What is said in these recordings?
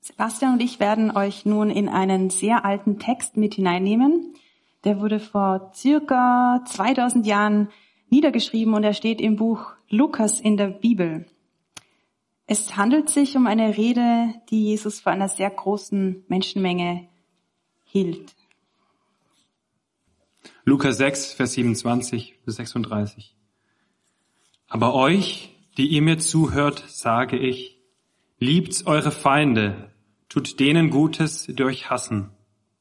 Sebastian und ich werden euch nun in einen sehr alten Text mit hineinnehmen. Der wurde vor circa 2000 Jahren niedergeschrieben und er steht im Buch Lukas in der Bibel. Es handelt sich um eine Rede, die Jesus vor einer sehr großen Menschenmenge hielt. Lukas 6, Vers 27 bis 36. Aber euch, die ihr mir zuhört, sage ich, liebt eure Feinde, tut denen Gutes, die euch hassen.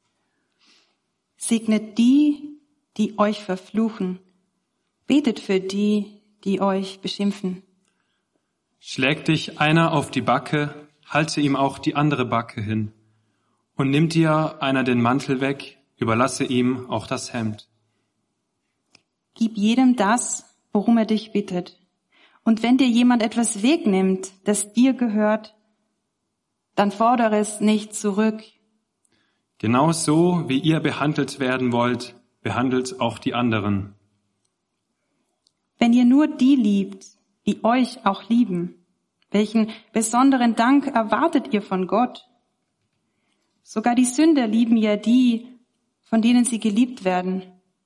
Segnet die, die euch verfluchen. Betet für die, die euch beschimpfen. Schlägt dich einer auf die Backe, halte ihm auch die andere Backe hin. Und nimmt dir einer den Mantel weg, überlasse ihm auch das Hemd. Gib jedem das, worum er dich bittet. Und wenn dir jemand etwas wegnimmt, das dir gehört, dann fordere es nicht zurück. Genau so, wie ihr behandelt werden wollt, behandelt auch die anderen. Wenn ihr nur die liebt, die euch auch lieben, welchen besonderen Dank erwartet ihr von Gott? Sogar die Sünder lieben ja die, von denen sie geliebt werden.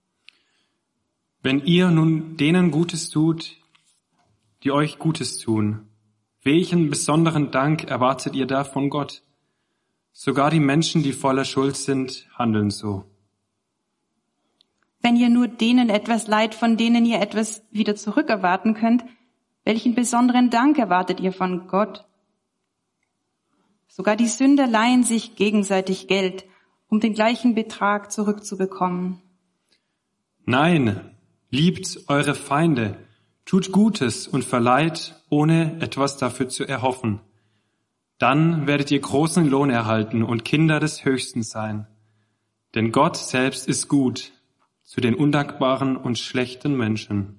Wenn ihr nun denen Gutes tut, die euch Gutes tun, welchen besonderen Dank erwartet ihr da von Gott? Sogar die Menschen, die voller Schuld sind, handeln so. Wenn ihr nur denen etwas leiht, von denen ihr etwas wieder zurückerwarten könnt, welchen besonderen Dank erwartet ihr von Gott? Sogar die Sünder leihen sich gegenseitig Geld, um den gleichen Betrag zurückzubekommen. Nein, liebt eure Feinde, tut Gutes und verleiht, ohne etwas dafür zu erhoffen. Dann werdet ihr großen Lohn erhalten und Kinder des Höchsten sein. Denn Gott selbst ist gut zu den undankbaren und schlechten Menschen.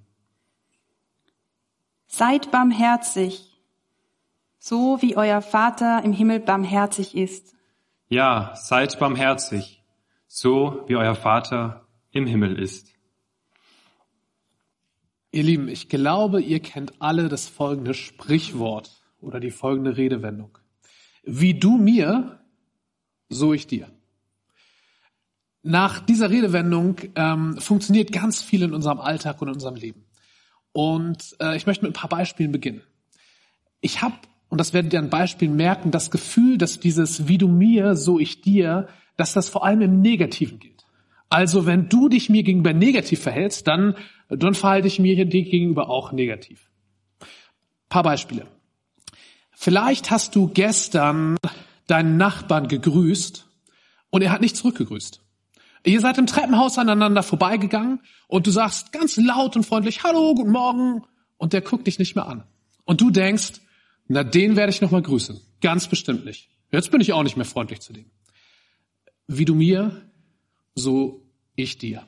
Seid barmherzig, so wie euer Vater im Himmel barmherzig ist. Ja, seid barmherzig, so wie euer Vater im Himmel ist. Ihr Lieben, ich glaube, ihr kennt alle das folgende Sprichwort oder die folgende Redewendung. Wie du mir, so ich dir. Nach dieser Redewendung funktioniert ganz viel in unserem Alltag und in unserem Leben. Und ich möchte mit ein paar Beispielen beginnen. Ich habe, und das werdet ihr an Beispielen merken, das Gefühl, dass dieses wie du mir, so ich dir, dass das vor allem im Negativen gilt. Also wenn du dich mir gegenüber negativ verhältst, dann verhalte ich mir dir gegenüber auch negativ. Paar Beispiele. Vielleicht hast du gestern deinen Nachbarn gegrüßt und er hat nicht zurückgegrüßt. Ihr seid im Treppenhaus aneinander vorbeigegangen und du sagst ganz laut und freundlich, hallo, guten Morgen, und der guckt dich nicht mehr an. Und du denkst, na, den werde ich noch mal grüßen. Ganz bestimmt nicht. Jetzt bin ich auch nicht mehr freundlich zu dem. Wie du mir, so ich dir.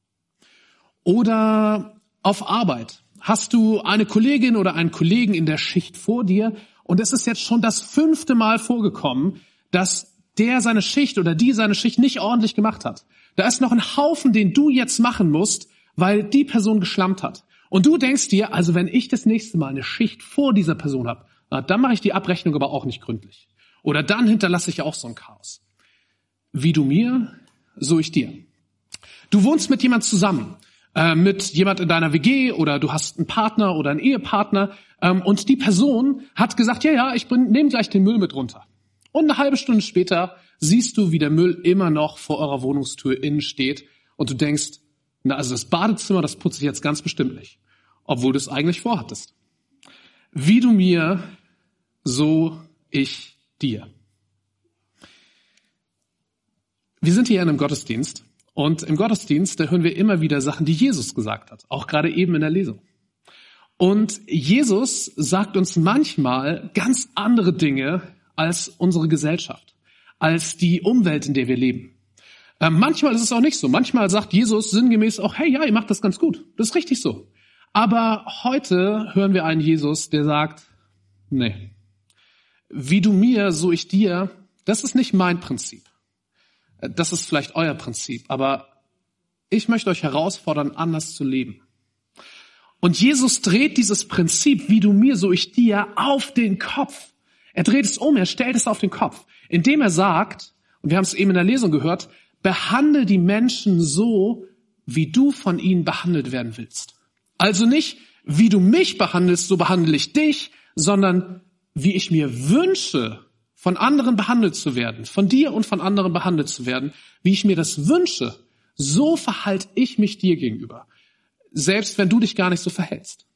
Oder auf Arbeit. Hast du eine Kollegin oder einen Kollegen in der Schicht vor dir und es ist jetzt schon das 5. Mal vorgekommen, dass der seine Schicht oder die seine Schicht nicht ordentlich gemacht hat. Da ist noch ein Haufen, den du jetzt machen musst, weil die Person geschlammt hat. Und du denkst dir, also wenn ich das nächste Mal eine Schicht vor dieser Person habe, dann mache ich die Abrechnung aber auch nicht gründlich. Oder dann hinterlasse ich auch so ein Chaos. Wie du mir, so ich dir. Du wohnst mit jemand zusammen, mit jemand in deiner WG oder du hast einen Partner oder einen Ehepartner und die Person hat gesagt, ja, ich nehme gleich den Müll mit runter. Und eine halbe Stunde später siehst du, wie der Müll immer noch vor eurer Wohnungstür innen steht und du denkst, na, also das Badezimmer, das putze ich jetzt ganz bestimmt nicht, obwohl du es eigentlich vorhattest. Wie du mir, so ich dir. Wir sind hier in einem Gottesdienst und im Gottesdienst, da hören wir immer wieder Sachen, die Jesus gesagt hat, auch gerade eben in der Lesung. Und Jesus sagt uns manchmal ganz andere Dinge als unsere Gesellschaft, als die Umwelt, in der wir leben. Manchmal ist es auch nicht so. Manchmal sagt Jesus sinngemäß auch, hey, ja, ihr macht das ganz gut. Das ist richtig so. Aber heute hören wir einen Jesus, der sagt, nee, wie du mir, so ich dir, das ist nicht mein Prinzip. Das ist vielleicht euer Prinzip, aber ich möchte euch herausfordern, anders zu leben. Und Jesus dreht dieses Prinzip, wie du mir, so ich dir, auf den Kopf. Er dreht es um, er stellt es auf den Kopf, indem er sagt, und wir haben es eben in der Lesung gehört, behandle die Menschen so, wie du von ihnen behandelt werden willst. Also nicht, wie du mich behandelst, so behandle ich dich, sondern wie ich mir wünsche, von anderen behandelt zu werden, von dir und von anderen behandelt zu werden, wie ich mir das wünsche, so verhalte ich mich dir gegenüber, selbst wenn du dich gar nicht so verhältst.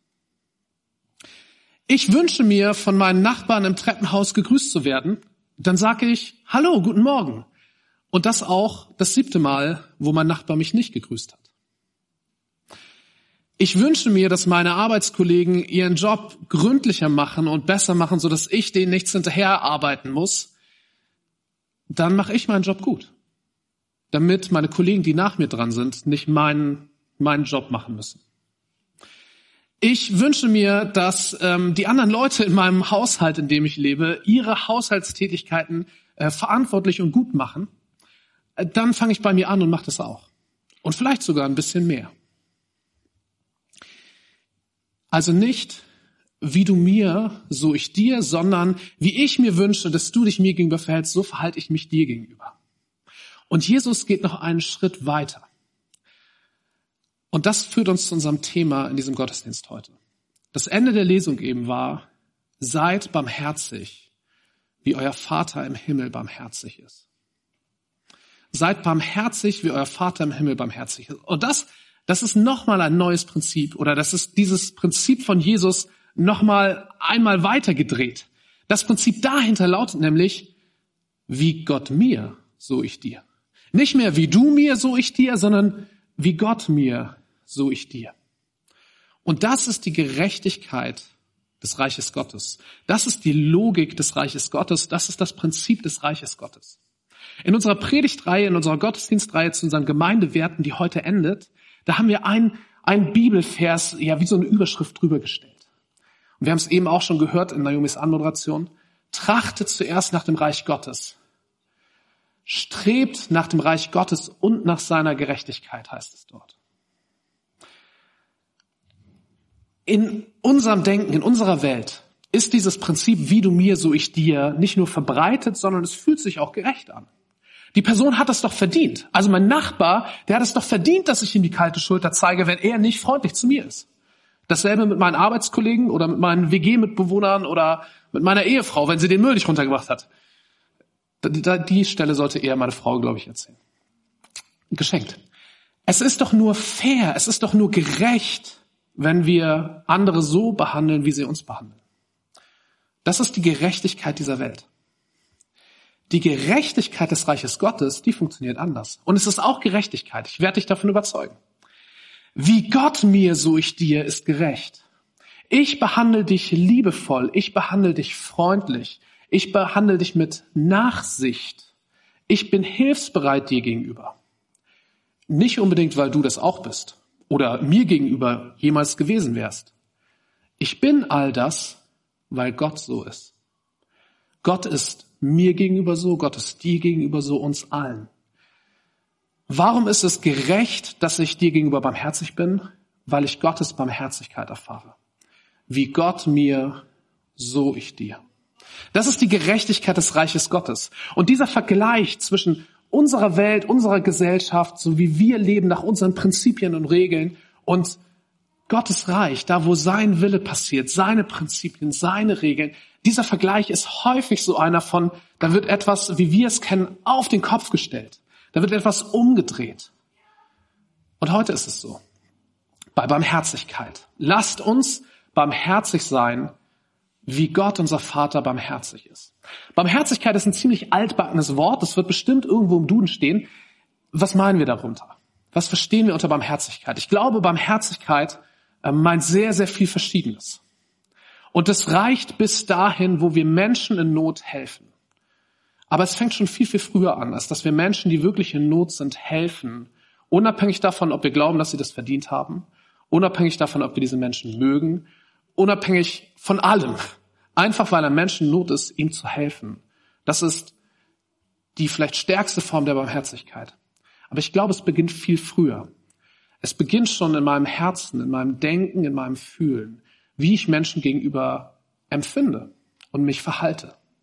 Ich wünsche mir, von meinen Nachbarn im Treppenhaus gegrüßt zu werden, dann sage ich, hallo, guten Morgen. Und das auch das 7. Mal, wo mein Nachbar mich nicht gegrüßt hat. Ich wünsche mir, dass meine Arbeitskollegen ihren Job gründlicher machen und besser machen, sodass ich denen nichts hinterher arbeiten muss. Dann mache ich meinen Job gut, damit meine Kollegen, die nach mir dran sind, nicht meinen Job machen müssen. Ich wünsche mir, dass die anderen Leute in meinem Haushalt, in dem ich lebe, ihre Haushaltstätigkeiten verantwortlich und gut machen. Dann fange ich bei mir an und mache das auch. Und vielleicht sogar ein bisschen mehr. Also nicht, wie du mir, so ich dir, sondern wie ich mir wünsche, dass du dich mir gegenüber verhältst, so verhalte ich mich dir gegenüber. Und Jesus geht noch einen Schritt weiter. Und das führt uns zu unserem Thema in diesem Gottesdienst heute. Das Ende der Lesung eben war, seid barmherzig, wie euer Vater im Himmel barmherzig ist. Seid barmherzig, wie euer Vater im Himmel barmherzig ist. Und das ist nochmal ein neues Prinzip, oder das ist dieses Prinzip von Jesus nochmal einmal weitergedreht. Das Prinzip dahinter lautet nämlich, wie Gott mir, so ich dir. Nicht mehr wie du mir, so ich dir, sondern wie Gott mir, so ich dir. Und das ist die Gerechtigkeit des Reiches Gottes. Das ist die Logik des Reiches Gottes. Das ist das Prinzip des Reiches Gottes. In unserer Predigtreihe, in unserer Gottesdienstreihe zu unseren Gemeindewerten, die heute endet, da haben wir einen Bibelvers, ja, wie so eine Überschrift drüber gestellt. Und wir haben es eben auch schon gehört in Naomis Anmoderation. Trachtet zuerst nach dem Reich Gottes. Strebt nach dem Reich Gottes und nach seiner Gerechtigkeit, heißt es dort. In unserem Denken, in unserer Welt ist dieses Prinzip, wie du mir, so ich dir, nicht nur verbreitet, sondern es fühlt sich auch gerecht an. Die Person hat es doch verdient. Also mein Nachbar, der hat es doch verdient, dass ich ihm die kalte Schulter zeige, wenn er nicht freundlich zu mir ist. Dasselbe mit meinen Arbeitskollegen oder mit meinen WG-Mitbewohnern oder mit meiner Ehefrau, wenn sie den Müll nicht runtergebracht hat. Die Stelle sollte eher meine Frau, glaube ich, erzählen. Geschenkt. Es ist doch nur fair, es ist doch nur gerecht, wenn wir andere so behandeln, wie sie uns behandeln. Das ist die Gerechtigkeit dieser Welt. Die Gerechtigkeit des Reiches Gottes, die funktioniert anders. Und es ist auch Gerechtigkeit. Ich werde dich davon überzeugen. Wie Gott mir, so ich dir, ist gerecht. Ich behandle dich liebevoll. Ich behandle dich freundlich. Ich behandle dich mit Nachsicht. Ich bin hilfsbereit dir gegenüber. Nicht unbedingt, weil du das auch bist oder mir gegenüber jemals gewesen wärst. Ich bin all das, weil Gott so ist. Gott ist mir gegenüber so, Gott ist dir gegenüber so, uns allen. Warum ist es gerecht, dass ich dir gegenüber barmherzig bin? Weil ich Gottes Barmherzigkeit erfahre. Wie Gott mir, so ich dir. Das ist die Gerechtigkeit des Reiches Gottes. Und dieser Vergleich zwischen unserer Welt, unserer Gesellschaft, so wie wir leben nach unseren Prinzipien und Regeln, und Gottes Reich, da wo sein Wille passiert, seine Prinzipien, seine Regeln, dieser Vergleich ist häufig so einer von, da wird etwas, wie wir es kennen, auf den Kopf gestellt. Da wird etwas umgedreht. Und heute ist es so. Bei Barmherzigkeit. Lasst uns barmherzig sein, wie Gott, unser Vater, barmherzig ist. Barmherzigkeit ist ein ziemlich altbackenes Wort. Das wird bestimmt irgendwo im Duden stehen. Was meinen wir darunter? Was verstehen wir unter Barmherzigkeit? Ich glaube, Barmherzigkeit meint sehr, sehr viel Verschiedenes. Und es reicht bis dahin, wo wir Menschen in Not helfen. Aber es fängt schon viel, viel früher an, als dass wir Menschen, die wirklich in Not sind, helfen. Unabhängig davon, ob wir glauben, dass sie das verdient haben. Unabhängig davon, ob wir diese Menschen mögen. Unabhängig von allem. Einfach weil ein Mensch in Not ist, ihm zu helfen. Das ist die vielleicht stärkste Form der Barmherzigkeit. Aber ich glaube, es beginnt viel früher. Es beginnt schon in meinem Herzen, in meinem Denken, in meinem Fühlen, wie ich Menschen gegenüber empfinde und mich verhalte.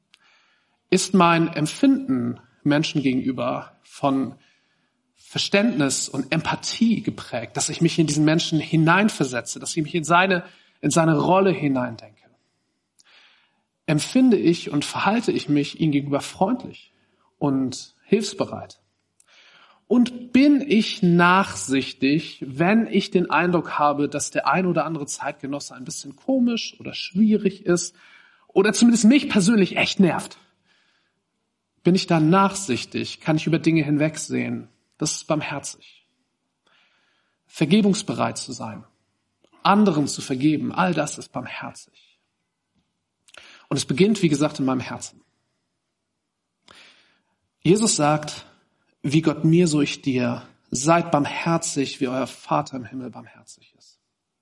ist mein Empfinden Menschen gegenüber von Verständnis und Empathie geprägt, dass ich mich in diesen Menschen hineinversetze, dass ich mich in seine Rolle hineindenke? Empfinde ich und verhalte ich mich ihnen gegenüber freundlich und hilfsbereit? Und bin ich nachsichtig, wenn ich den Eindruck habe, dass der ein oder andere Zeitgenosse ein bisschen komisch oder schwierig ist oder zumindest mich persönlich echt nervt? Bin ich da nachsichtig? Kann ich über Dinge hinwegsehen? Das ist barmherzig. Vergebungsbereit zu sein, anderen zu vergeben, all das ist barmherzig. Und es beginnt, wie gesagt, in meinem Herzen. Jesus sagt, wie Gott mir, so ich dir, seid barmherzig, wie euer Vater im Himmel barmherzig ist.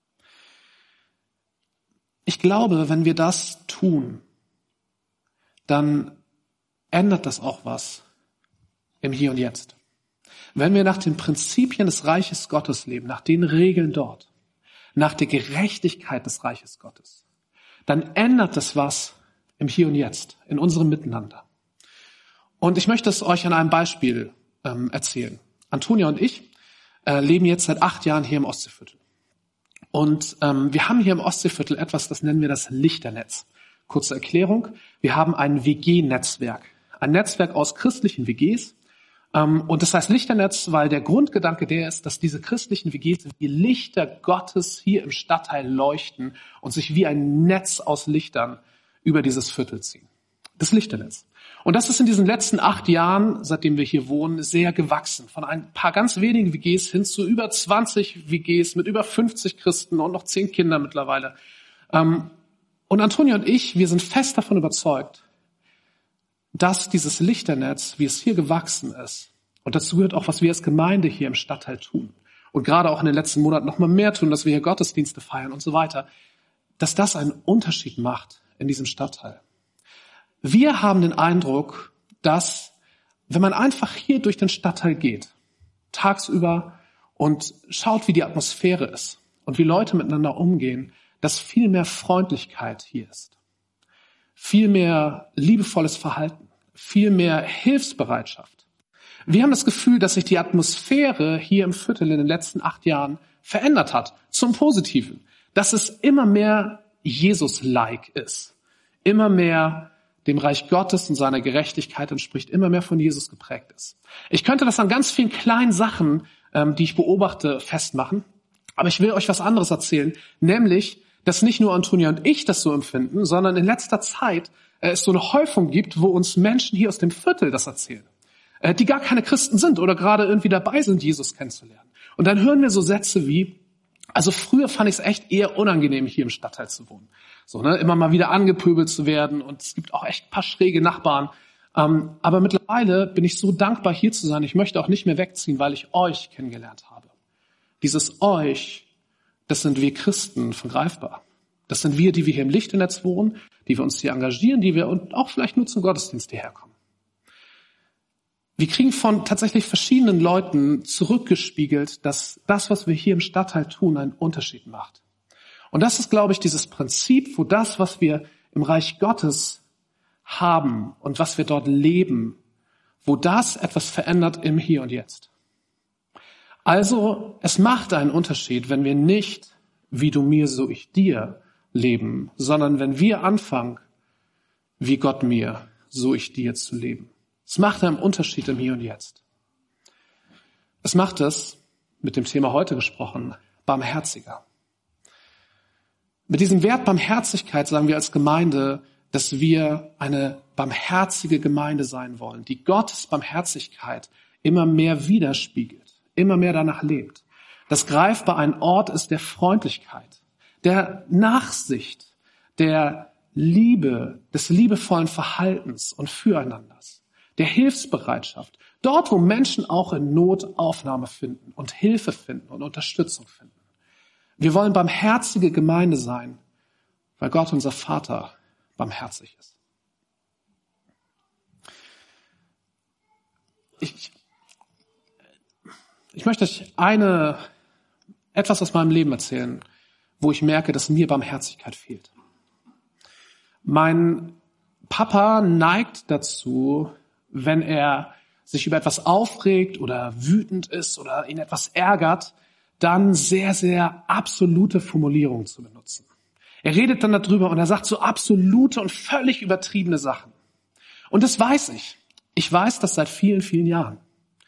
Ich glaube, wenn wir das tun, dann ändert das auch was im Hier und Jetzt. Wenn wir nach den Prinzipien des Reiches Gottes leben, nach den Regeln dort, nach der Gerechtigkeit des Reiches Gottes, dann ändert das was im Hier und Jetzt, in unserem Miteinander. Und ich möchte es euch an einem Beispiel erzählen. Antonia und ich leben jetzt seit 8 Jahren hier im Ostseeviertel. Und wir haben hier im Ostseeviertel etwas, das nennen wir das Lichternetz. Kurze Erklärung. Wir haben ein WG-Netzwerk. Ein Netzwerk aus christlichen WGs. Und das heißt Lichternetz, weil der Grundgedanke der ist, dass diese christlichen WGs wie Lichter Gottes hier im Stadtteil leuchten und sich wie ein Netz aus Lichtern über dieses Viertel ziehen. Das Lichternetz. Und das ist in diesen letzten 8 Jahren, seitdem wir hier wohnen, sehr gewachsen. Von ein paar ganz wenigen WGs hin zu über 20 WGs mit über 50 Christen und noch 10 Kinder mittlerweile. Und Antonia und ich, wir sind fest davon überzeugt, dass dieses Lichternetz, wie es hier gewachsen ist, und dazu gehört auch, was wir als Gemeinde hier im Stadtteil tun, und gerade auch in den letzten Monaten noch mal mehr tun, dass wir hier Gottesdienste feiern und so weiter, dass das einen Unterschied macht in diesem Stadtteil. Wir haben den Eindruck, dass, wenn man einfach hier durch den Stadtteil geht, tagsüber und schaut, wie die Atmosphäre ist und wie Leute miteinander umgehen, dass viel mehr Freundlichkeit hier ist, viel mehr liebevolles Verhalten, viel mehr Hilfsbereitschaft. Wir haben das Gefühl, dass sich die Atmosphäre hier im Viertel in den letzten 8 Jahren verändert hat, zum Positiven, dass es immer mehr Jesus-like ist, immer mehr dem Reich Gottes und seiner Gerechtigkeit entspricht, immer mehr von Jesus geprägt ist. Ich könnte das an ganz vielen kleinen Sachen, die ich beobachte, festmachen, aber ich will euch was anderes erzählen, nämlich, dass nicht nur Antonia und ich das so empfinden, sondern in letzter Zeit es so eine Häufung gibt, wo uns Menschen hier aus dem Viertel das erzählen, die gar keine Christen sind oder gerade irgendwie dabei sind, Jesus kennenzulernen. Und dann hören wir so Sätze wie, also früher fand ich es echt eher unangenehm, hier im Stadtteil zu wohnen. So, immer mal wieder angepöbelt zu werden und es gibt auch echt ein paar schräge Nachbarn. Aber mittlerweile bin ich so dankbar, hier zu sein. Ich möchte auch nicht mehr wegziehen, weil ich euch kennengelernt habe. Dieses euch, das sind wir Christen von Greifbar. Das sind wir, die wir hier im Lichternetz wohnen, die wir uns hier engagieren, die wir und auch vielleicht nur zum Gottesdienst hierher kommen. Wir kriegen von tatsächlich verschiedenen Leuten zurückgespiegelt, dass das, was wir hier im Stadtteil tun, einen Unterschied macht. Und das ist, glaube ich, dieses Prinzip, wo das, was wir im Reich Gottes haben und was wir dort leben, wo das etwas verändert im Hier und Jetzt. Also, es macht einen Unterschied, wenn wir nicht, wie du mir, so ich dir, leben, sondern wenn wir anfangen, wie Gott mir, so ich dir zu leben. Es macht einen Unterschied im Hier und Jetzt. Es macht es, mit dem Thema heute gesprochen, barmherziger. Mit diesem Wert Barmherzigkeit sagen wir als Gemeinde, dass wir eine barmherzige Gemeinde sein wollen, die Gottes Barmherzigkeit immer mehr widerspiegelt, immer mehr danach lebt. Dass Greifbar ein Ort ist der Freundlichkeit, der Nachsicht, der Liebe, des liebevollen Verhaltens und Füreinanders, der Hilfsbereitschaft. Dort, wo Menschen auch in Not Aufnahme finden und Hilfe finden und Unterstützung finden. Wir wollen barmherzige Gemeinde sein, weil Gott, unser Vater, barmherzig ist. Ich möchte euch etwas aus meinem Leben erzählen, wo ich merke, dass mir Barmherzigkeit fehlt. Mein Papa neigt dazu, wenn er sich über etwas aufregt oder wütend ist oder ihn etwas ärgert, dann sehr, sehr absolute Formulierungen zu benutzen. Er redet dann darüber und er sagt so absolute und völlig übertriebene Sachen. Und das weiß ich. Ich weiß das seit vielen, vielen Jahren.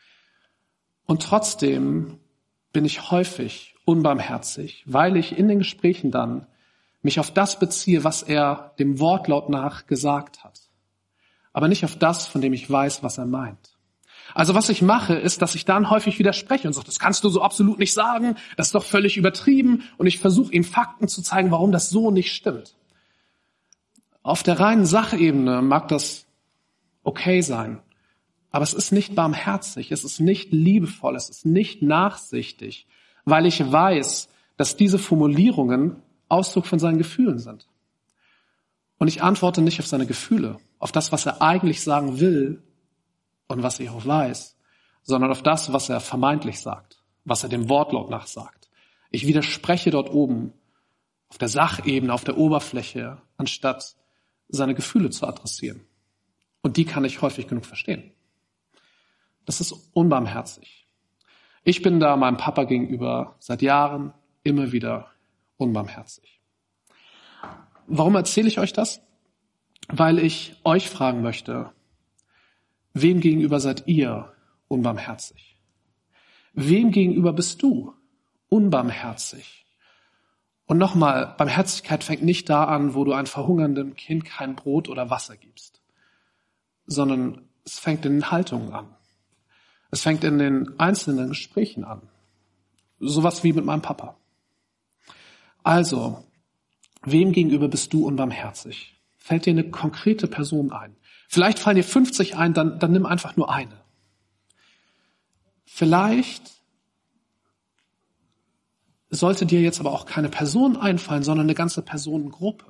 Und trotzdem bin ich häufig unbarmherzig, weil ich in den Gesprächen dann mich auf das beziehe, was er dem Wortlaut nach gesagt hat. Aber nicht auf das, von dem ich weiß, was er meint. Also was ich mache, ist, dass ich dann häufig widerspreche und sage, das kannst du so absolut nicht sagen, das ist doch völlig übertrieben. Und ich versuche ihm Fakten zu zeigen, warum das so nicht stimmt. Auf der reinen Sachebene mag das okay sein, aber es ist nicht barmherzig, es ist nicht liebevoll, es ist nicht nachsichtig, weil ich weiß, dass diese Formulierungen Ausdruck von seinen Gefühlen sind. Und ich antworte nicht auf seine Gefühle, auf das, was er eigentlich sagen will und was ich auch weiß, sondern auf das, was er vermeintlich sagt, was er dem Wortlaut nach sagt. Ich widerspreche dort oben auf der Sachebene, auf der Oberfläche, anstatt seine Gefühle zu adressieren. Und die kann ich häufig genug verstehen. Das ist unbarmherzig. Ich bin da meinem Papa gegenüber seit Jahren immer wieder unbarmherzig. Warum erzähle ich euch das? Weil ich euch fragen möchte, wem gegenüber seid ihr unbarmherzig? Wem gegenüber bist du unbarmherzig? Und nochmal, Barmherzigkeit fängt nicht da an, wo du einem verhungernden Kind kein Brot oder Wasser gibst, sondern es fängt in den Haltungen an. Es fängt in den einzelnen Gesprächen an. Sowas wie mit meinem Papa. Also, wem gegenüber bist du unbarmherzig? Fällt dir eine konkrete Person ein? Vielleicht fallen dir 50 ein, dann nimm einfach nur eine. Vielleicht sollte dir jetzt aber auch keine Person einfallen, sondern eine ganze Personengruppe.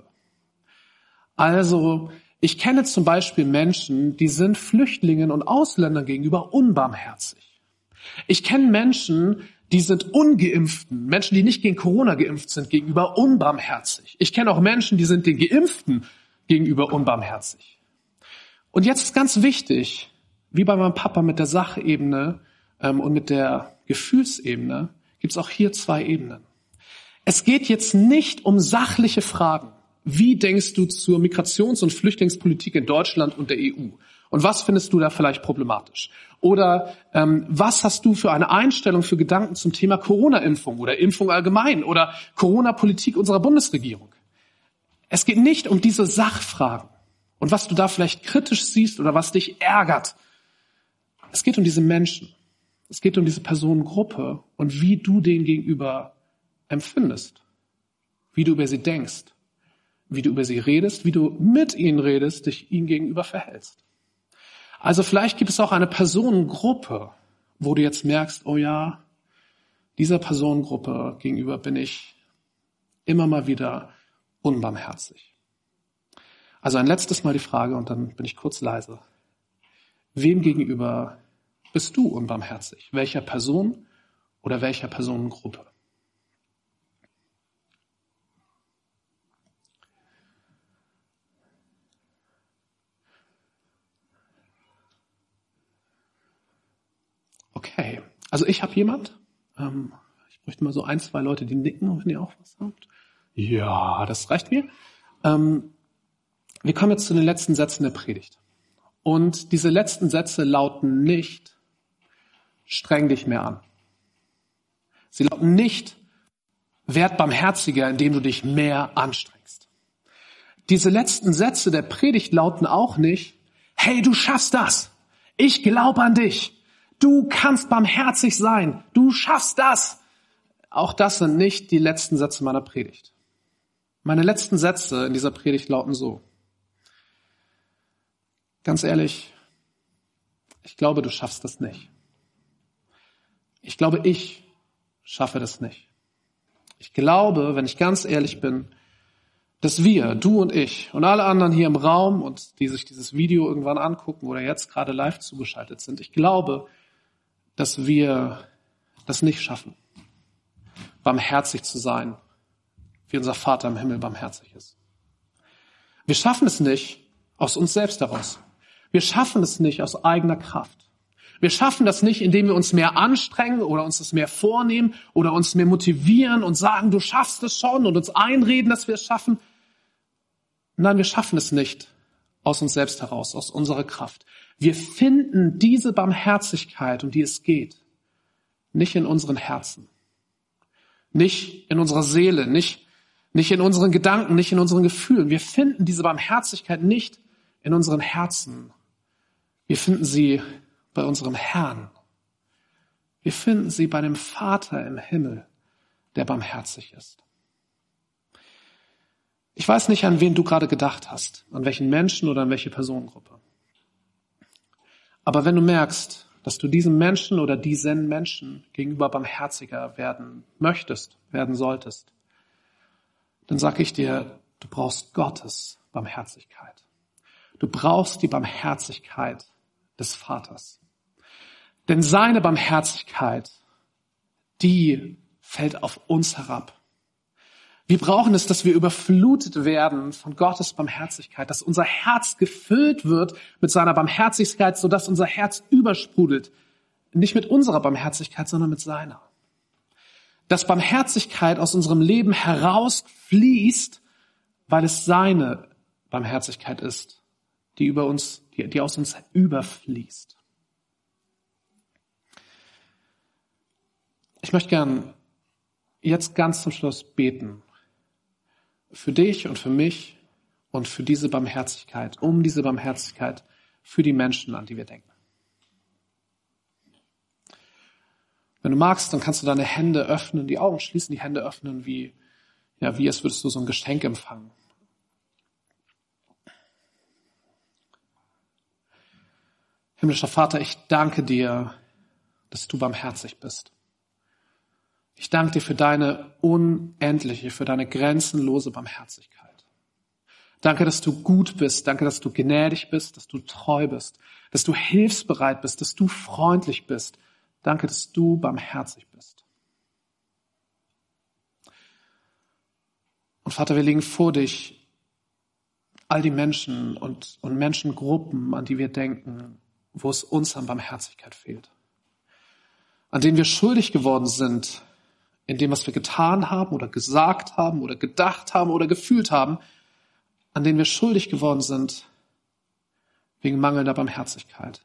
Also, ich kenne zum Beispiel Menschen, die sind Flüchtlingen und Ausländern gegenüber unbarmherzig. Ich kenne Menschen, die sind Ungeimpften, Menschen, die nicht gegen Corona geimpft sind, gegenüber unbarmherzig. Ich kenne auch Menschen, die sind den Geimpften gegenüber unbarmherzig. Und jetzt ist ganz wichtig, wie bei meinem Papa mit der Sachebene und mit der Gefühlsebene, gibt es auch hier zwei Ebenen. Es geht jetzt nicht um sachliche Fragen. Wie denkst du zur Migrations- und Flüchtlingspolitik in Deutschland und der EU? Und was findest du da vielleicht problematisch? Oder was hast du für eine Einstellung, für Gedanken zum Thema Corona-Impfung oder Impfung allgemein oder Corona-Politik unserer Bundesregierung? Es geht nicht um diese Sachfragen und was du da vielleicht kritisch siehst oder was dich ärgert. Es geht um diese Menschen. Es geht um diese Personengruppe und wie du denen gegenüber empfindest, wie du über sie denkst, wie du über sie redest, wie du mit ihnen redest, dich ihnen gegenüber verhältst. Also vielleicht gibt es auch eine Personengruppe, wo du jetzt merkst, oh ja, dieser Personengruppe gegenüber bin ich immer mal wieder unbarmherzig. Also ein letztes Mal die Frage und dann bin ich kurz leise. Wem gegenüber bist du unbarmherzig? Welcher Person oder welcher Personengruppe? Okay, also ich habe jemand, ich bräuchte mal so 1, 2 Leute, die nicken, wenn ihr auch was habt. Ja, das reicht mir. Wir kommen jetzt zu den letzten Sätzen der Predigt. Und diese letzten Sätze lauten nicht, streng dich mehr an. Sie lauten nicht, werd barmherziger, indem du dich mehr anstrengst. Diese letzten Sätze der Predigt lauten auch nicht, hey, du schaffst das. Ich glaube an dich. Du kannst barmherzig sein. Du schaffst das. Auch das sind nicht die letzten Sätze meiner Predigt. Meine letzten Sätze in dieser Predigt lauten so. Ganz ehrlich, ich glaube, du schaffst das nicht. Ich glaube, ich schaffe das nicht. Ich glaube, wenn ich ganz ehrlich bin, dass wir, du und ich und alle anderen hier im Raum und die sich dieses Video irgendwann angucken oder jetzt gerade live zugeschaltet sind, ich glaube, dass wir das nicht schaffen, barmherzig zu sein, wie unser Vater im Himmel barmherzig ist. Wir schaffen es nicht, aus uns selbst heraus. Wir schaffen es nicht aus eigener Kraft. Wir schaffen das nicht, indem wir uns mehr anstrengen oder uns das mehr vornehmen oder uns mehr motivieren und sagen, du schaffst es schon und uns einreden, dass wir es schaffen. Nein, wir schaffen es nicht aus uns selbst heraus, aus unserer Kraft. Wir finden diese Barmherzigkeit, um die es geht, nicht in unseren Herzen, nicht in unserer Seele, nicht in unseren Gedanken, nicht in unseren Gefühlen. Wir finden diese Barmherzigkeit nicht in unseren Herzen. Wir finden sie bei unserem Herrn. Wir finden sie bei dem Vater im Himmel, der barmherzig ist. Ich weiß nicht, an wen du gerade gedacht hast, an welchen Menschen oder an welche Personengruppe. Aber wenn du merkst, dass du diesem Menschen oder diesen Menschen gegenüber barmherziger werden möchtest, werden solltest, dann sage ich dir, du brauchst Gottes Barmherzigkeit. Du brauchst die Barmherzigkeit des Vaters. Denn seine Barmherzigkeit, die fällt auf uns herab. Wir brauchen es, dass wir überflutet werden von Gottes Barmherzigkeit, dass unser Herz gefüllt wird mit seiner Barmherzigkeit, sodass unser Herz übersprudelt. Nicht mit unserer Barmherzigkeit, sondern mit seiner. Dass Barmherzigkeit aus unserem Leben herausfließt, weil es seine Barmherzigkeit ist, die aus uns überfließt. Ich möchte gern jetzt ganz zum Schluss beten. Für dich und für mich und für diese Barmherzigkeit, um diese Barmherzigkeit für die Menschen, an die wir denken. Wenn du magst, dann kannst du deine Hände öffnen, die Augen schließen, die Hände öffnen, wie als würdest du so ein Geschenk empfangen. Himmlischer Vater, ich danke dir, dass du barmherzig bist. Ich danke dir für deine unendliche, für deine grenzenlose Barmherzigkeit. Danke, dass du gut bist. Danke, dass du gnädig bist, dass du treu bist, dass du hilfsbereit bist, dass du freundlich bist. Danke, dass du barmherzig bist. Und Vater, wir legen vor dich all die Menschen und Menschengruppen, an die wir denken, wo es uns an Barmherzigkeit fehlt. An denen wir schuldig geworden sind, in dem, was wir getan haben oder gesagt haben oder gedacht haben oder gefühlt haben, an denen wir schuldig geworden sind wegen mangelnder Barmherzigkeit.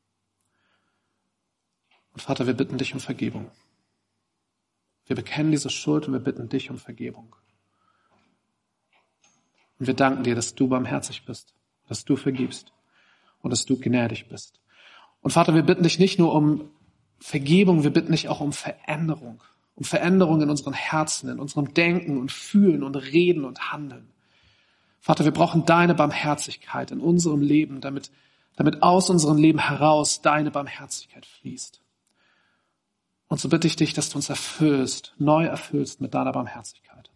Und Vater, wir bitten dich um Vergebung. Wir bekennen diese Schuld und wir bitten dich um Vergebung. Und wir danken dir, dass du barmherzig bist, dass du vergibst und dass du gnädig bist. Und Vater, wir bitten dich nicht nur um Vergebung, wir bitten dich auch um Veränderung. Um Veränderung in unseren Herzen, in unserem Denken und Fühlen und Reden und Handeln. Vater, wir brauchen deine Barmherzigkeit in unserem Leben, damit aus unserem Leben heraus deine Barmherzigkeit fließt. Und so bitte ich dich, dass du uns neu erfüllst mit deiner Barmherzigkeit.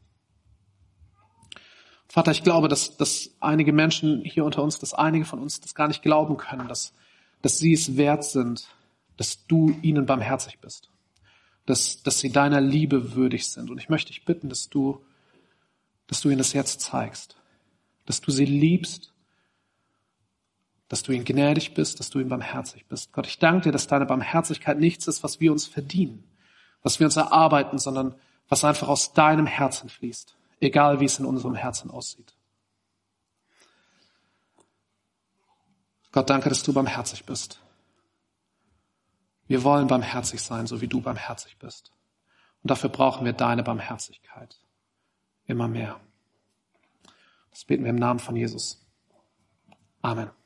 Vater, ich glaube, dass einige Menschen hier unter uns, dass einige von uns das gar nicht glauben können, dass sie es wert sind, dass du ihnen barmherzig bist. Dass sie deiner Liebe würdig sind. Und ich möchte dich bitten, dass du ihnen das jetzt zeigst. Dass du sie liebst, dass du ihnen gnädig bist, dass du ihnen barmherzig bist. Gott, ich danke dir, dass deine Barmherzigkeit nichts ist, was wir uns verdienen, was wir uns erarbeiten, sondern was einfach aus deinem Herzen fließt, egal wie es in unserem Herzen aussieht. Gott, danke, dass du barmherzig bist. Wir wollen barmherzig sein, so wie du barmherzig bist. Und dafür brauchen wir deine Barmherzigkeit. Immer mehr. Das beten wir im Namen von Jesus. Amen.